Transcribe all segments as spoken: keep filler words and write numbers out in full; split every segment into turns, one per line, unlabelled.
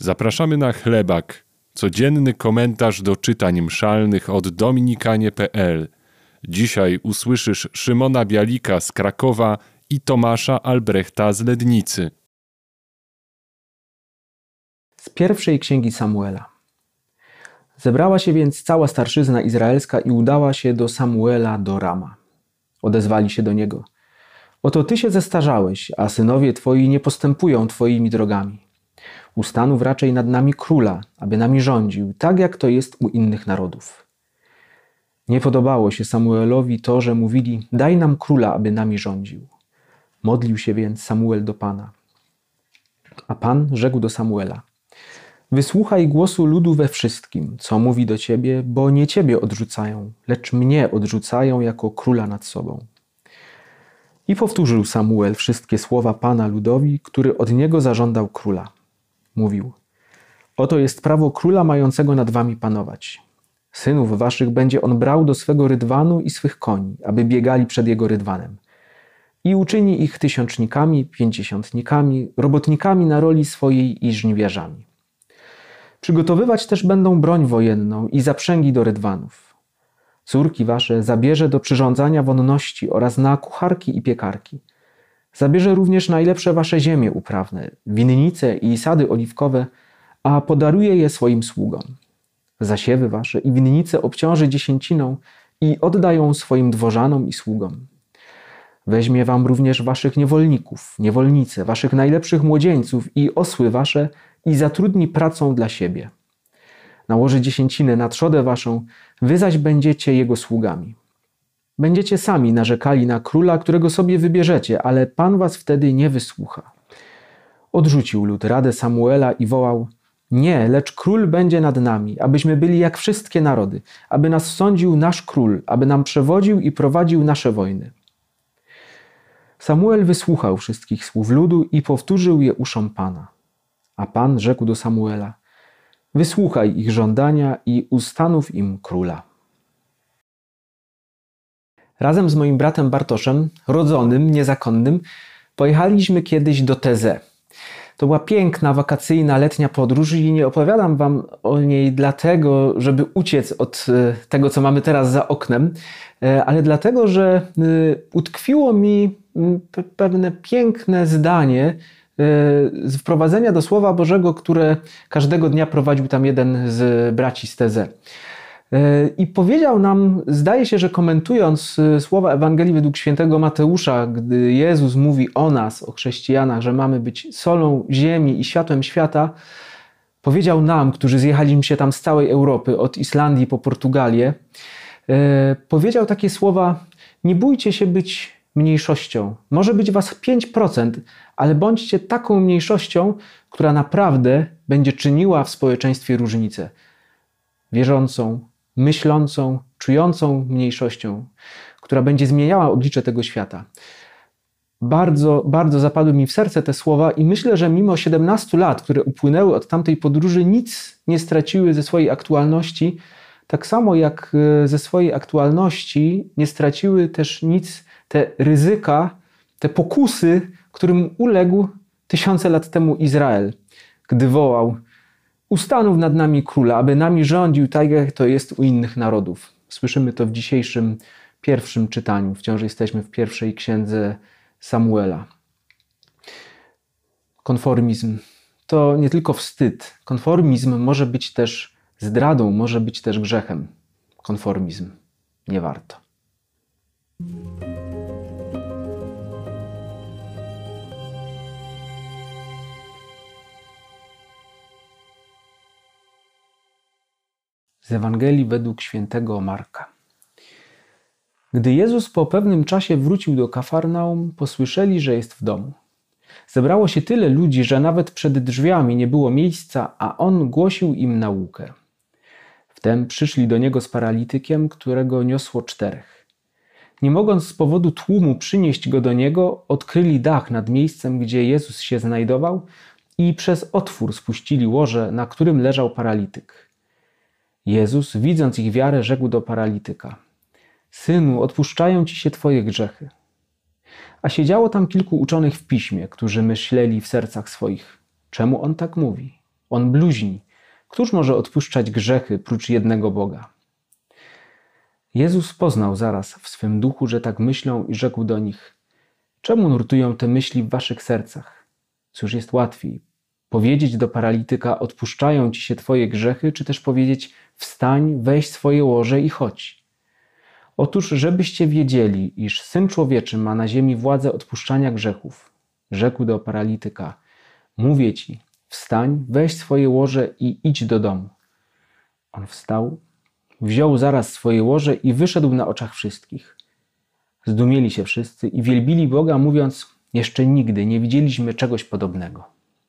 Zapraszamy na Chlebak, codzienny komentarz do czytań mszalnych od dominikanie kropka pe el. Dzisiaj usłyszysz Szymona Bialika z Krakowa i Tomasza Albrechta z Lednicy.
Z pierwszej księgi Samuela. Zebrała się więc cała starszyzna izraelska i udała się do Samuela do Rama. Odezwali się do niego: oto ty się zestarzałeś, a synowie twoi nie postępują twoimi drogami. Ustanów raczej nad nami króla, aby nami rządził, tak jak to jest u innych narodów. Nie podobało się Samuelowi to, że mówili: daj nam króla, aby nami rządził. Modlił się więc Samuel do Pana. A Pan rzekł do Samuela: wysłuchaj głosu ludu we wszystkim, co mówi do ciebie, bo nie ciebie odrzucają, lecz mnie odrzucają jako króla nad sobą. I powtórzył Samuel wszystkie słowa Pana ludowi, który od niego zażądał króla. Mówił: oto jest prawo króla mającego nad wami panować. Synów waszych będzie on brał do swego rydwanu i swych koni, aby biegali przed jego rydwanem. I uczyni ich tysiącznikami, pięćdziesiątnikami, robotnikami na roli swojej i żniwiarzami. Przygotowywać też będą broń wojenną i zaprzęgi do rydwanów. Córki wasze zabierze do przyrządzania wonności oraz na kucharki i piekarki. Zabierze również najlepsze wasze ziemie uprawne, winnice i sady oliwkowe, a podaruje je swoim sługom. Zasiewy wasze i winnice obciąży dziesięciną i oddają swoim dworzanom i sługom. Weźmie wam również waszych niewolników, niewolnice, waszych najlepszych młodzieńców i osły wasze i zatrudni pracą dla siebie. Nałoży dziesięcinę na trzodę waszą, wy zaś będziecie jego sługami. Będziecie sami narzekali na króla, którego sobie wybierzecie, ale Pan was wtedy nie wysłucha. Odrzucił lud radę Samuela i wołał: nie, lecz król będzie nad nami, abyśmy byli jak wszystkie narody, aby nas sądził nasz król, aby nam przewodził i prowadził nasze wojny. Samuel wysłuchał wszystkich słów ludu i powtórzył je uszom Pana. A Pan rzekł do Samuela: wysłuchaj ich żądania i ustanów im króla. Razem z moim bratem Bartoszem, rodzonym, niezakonnym, pojechaliśmy kiedyś do Tezę. To była piękna, wakacyjna, letnia podróż i nie opowiadam wam o niej dlatego, żeby uciec od tego, co mamy teraz za oknem, ale dlatego, że utkwiło mi pewne piękne zdanie z wprowadzenia do Słowa Bożego, które każdego dnia prowadził tam jeden z braci z Tezę. I powiedział nam, zdaje się, że komentując słowa Ewangelii według świętego Mateusza, gdy Jezus mówi o nas, o chrześcijanach, że mamy być solą ziemi i światłem świata, powiedział nam, którzy zjechaliśmy się tam z całej Europy, od Islandii po Portugalię, powiedział takie słowa: nie bójcie się być mniejszością. Może być was pięć procent, ale bądźcie taką mniejszością, która naprawdę będzie czyniła w społeczeństwie różnicę. Wierzącą, myślącą, czującą mniejszością, która będzie zmieniała oblicze tego świata. Bardzo, bardzo zapadły mi w serce te słowa i myślę, że mimo siedemnastu lat, które upłynęły od tamtej podróży, nic nie straciły ze swojej aktualności, tak samo jak ze swojej aktualności nie straciły też nic te ryzyka, te pokusy, którym uległ tysiące lat temu Izrael, gdy wołał: ustanów nad nami króla, aby nami rządził tak, jak to jest u innych narodów. Słyszymy to w dzisiejszym pierwszym czytaniu. Wciąż jesteśmy w pierwszej księdze Samuela. Konformizm to nie tylko wstyd. Konformizm może być też zdradą, może być też grzechem. Konformizm nie warto. Z Ewangelii według świętego Marka. Gdy Jezus po pewnym czasie wrócił do Kafarnaum, posłyszeli, że jest w domu. Zebrało się tyle ludzi, że nawet przed drzwiami nie było miejsca, a On głosił im naukę. Wtem przyszli do Niego z paralitykiem, którego niosło czterech. Nie mogąc z powodu tłumu przynieść go do Niego, odkryli dach nad miejscem, gdzie Jezus się znajdował i przez otwór spuścili łoże, na którym leżał paralityk. Jezus, widząc ich wiarę, rzekł do paralityka: synu, odpuszczają ci się twoje grzechy. A siedziało tam kilku uczonych w piśmie, którzy myśleli w sercach swoich: czemu on tak mówi? On bluźni. Któż może odpuszczać grzechy prócz jednego Boga? Jezus poznał zaraz w swym duchu, że tak myślą i rzekł do nich: czemu nurtują te myśli w waszych sercach? Cóż jest łatwiej? Powiedzieć do paralityka: odpuszczają ci się twoje grzechy, czy też powiedzieć: wstań, weź swoje łoże i chodź? Otóż, żebyście wiedzieli, iż Syn Człowieczy ma na ziemi władzę odpuszczania grzechów, rzekł do paralityka: mówię ci, wstań, weź swoje łoże i idź do domu. On wstał, wziął zaraz swoje łoże i wyszedł na oczach wszystkich. Zdumieli się wszyscy i wielbili Boga, mówiąc: jeszcze nigdy nie widzieliśmy czegoś podobnego.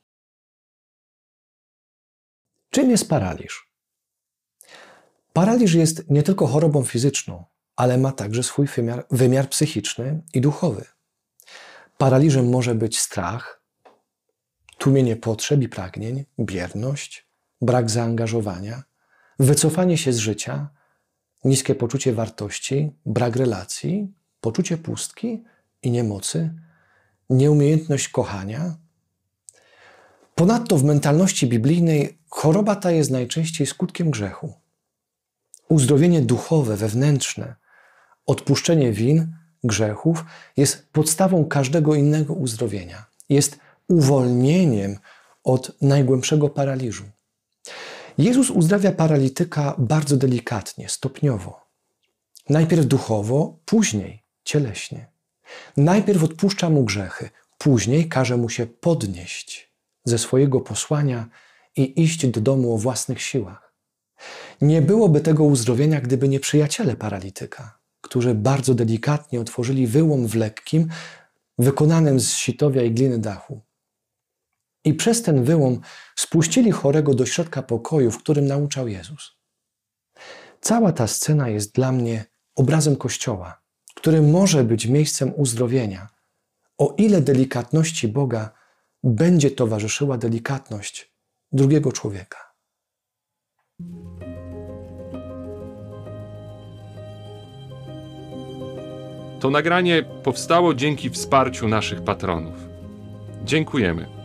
Czym jest paraliż? Paraliż jest nie tylko chorobą fizyczną, ale ma także swój wymiar, wymiar psychiczny i duchowy. Paraliżem może być strach, tłumienie potrzeb i pragnień, bierność, brak zaangażowania, wycofanie się z życia, niskie poczucie wartości, brak relacji, poczucie pustki i niemocy, nieumiejętność kochania. Ponadto w mentalności biblijnej choroba ta jest najczęściej skutkiem grzechu. Uzdrowienie duchowe, wewnętrzne, odpuszczenie win, grzechów jest podstawą każdego innego uzdrowienia. Jest uwolnieniem od najgłębszego paraliżu. Jezus uzdrawia paralityka bardzo delikatnie, stopniowo. Najpierw duchowo, później cieleśnie. Najpierw odpuszcza mu grzechy, później każe mu się podnieść ze swojego posłania i iść do domu o własnych siłach. Nie byłoby tego uzdrowienia, gdyby nie przyjaciele paralityka, którzy bardzo delikatnie otworzyli wyłom w lekkim, wykonanym z sitowia i gliny dachu. I przez ten wyłom spuścili chorego do środka pokoju, w którym nauczał Jezus. Cała ta scena jest dla mnie obrazem Kościoła, który może być miejscem uzdrowienia, o ile delikatności Boga będzie towarzyszyła delikatność drugiego człowieka.
To nagranie powstało dzięki wsparciu naszych patronów. Dziękujemy.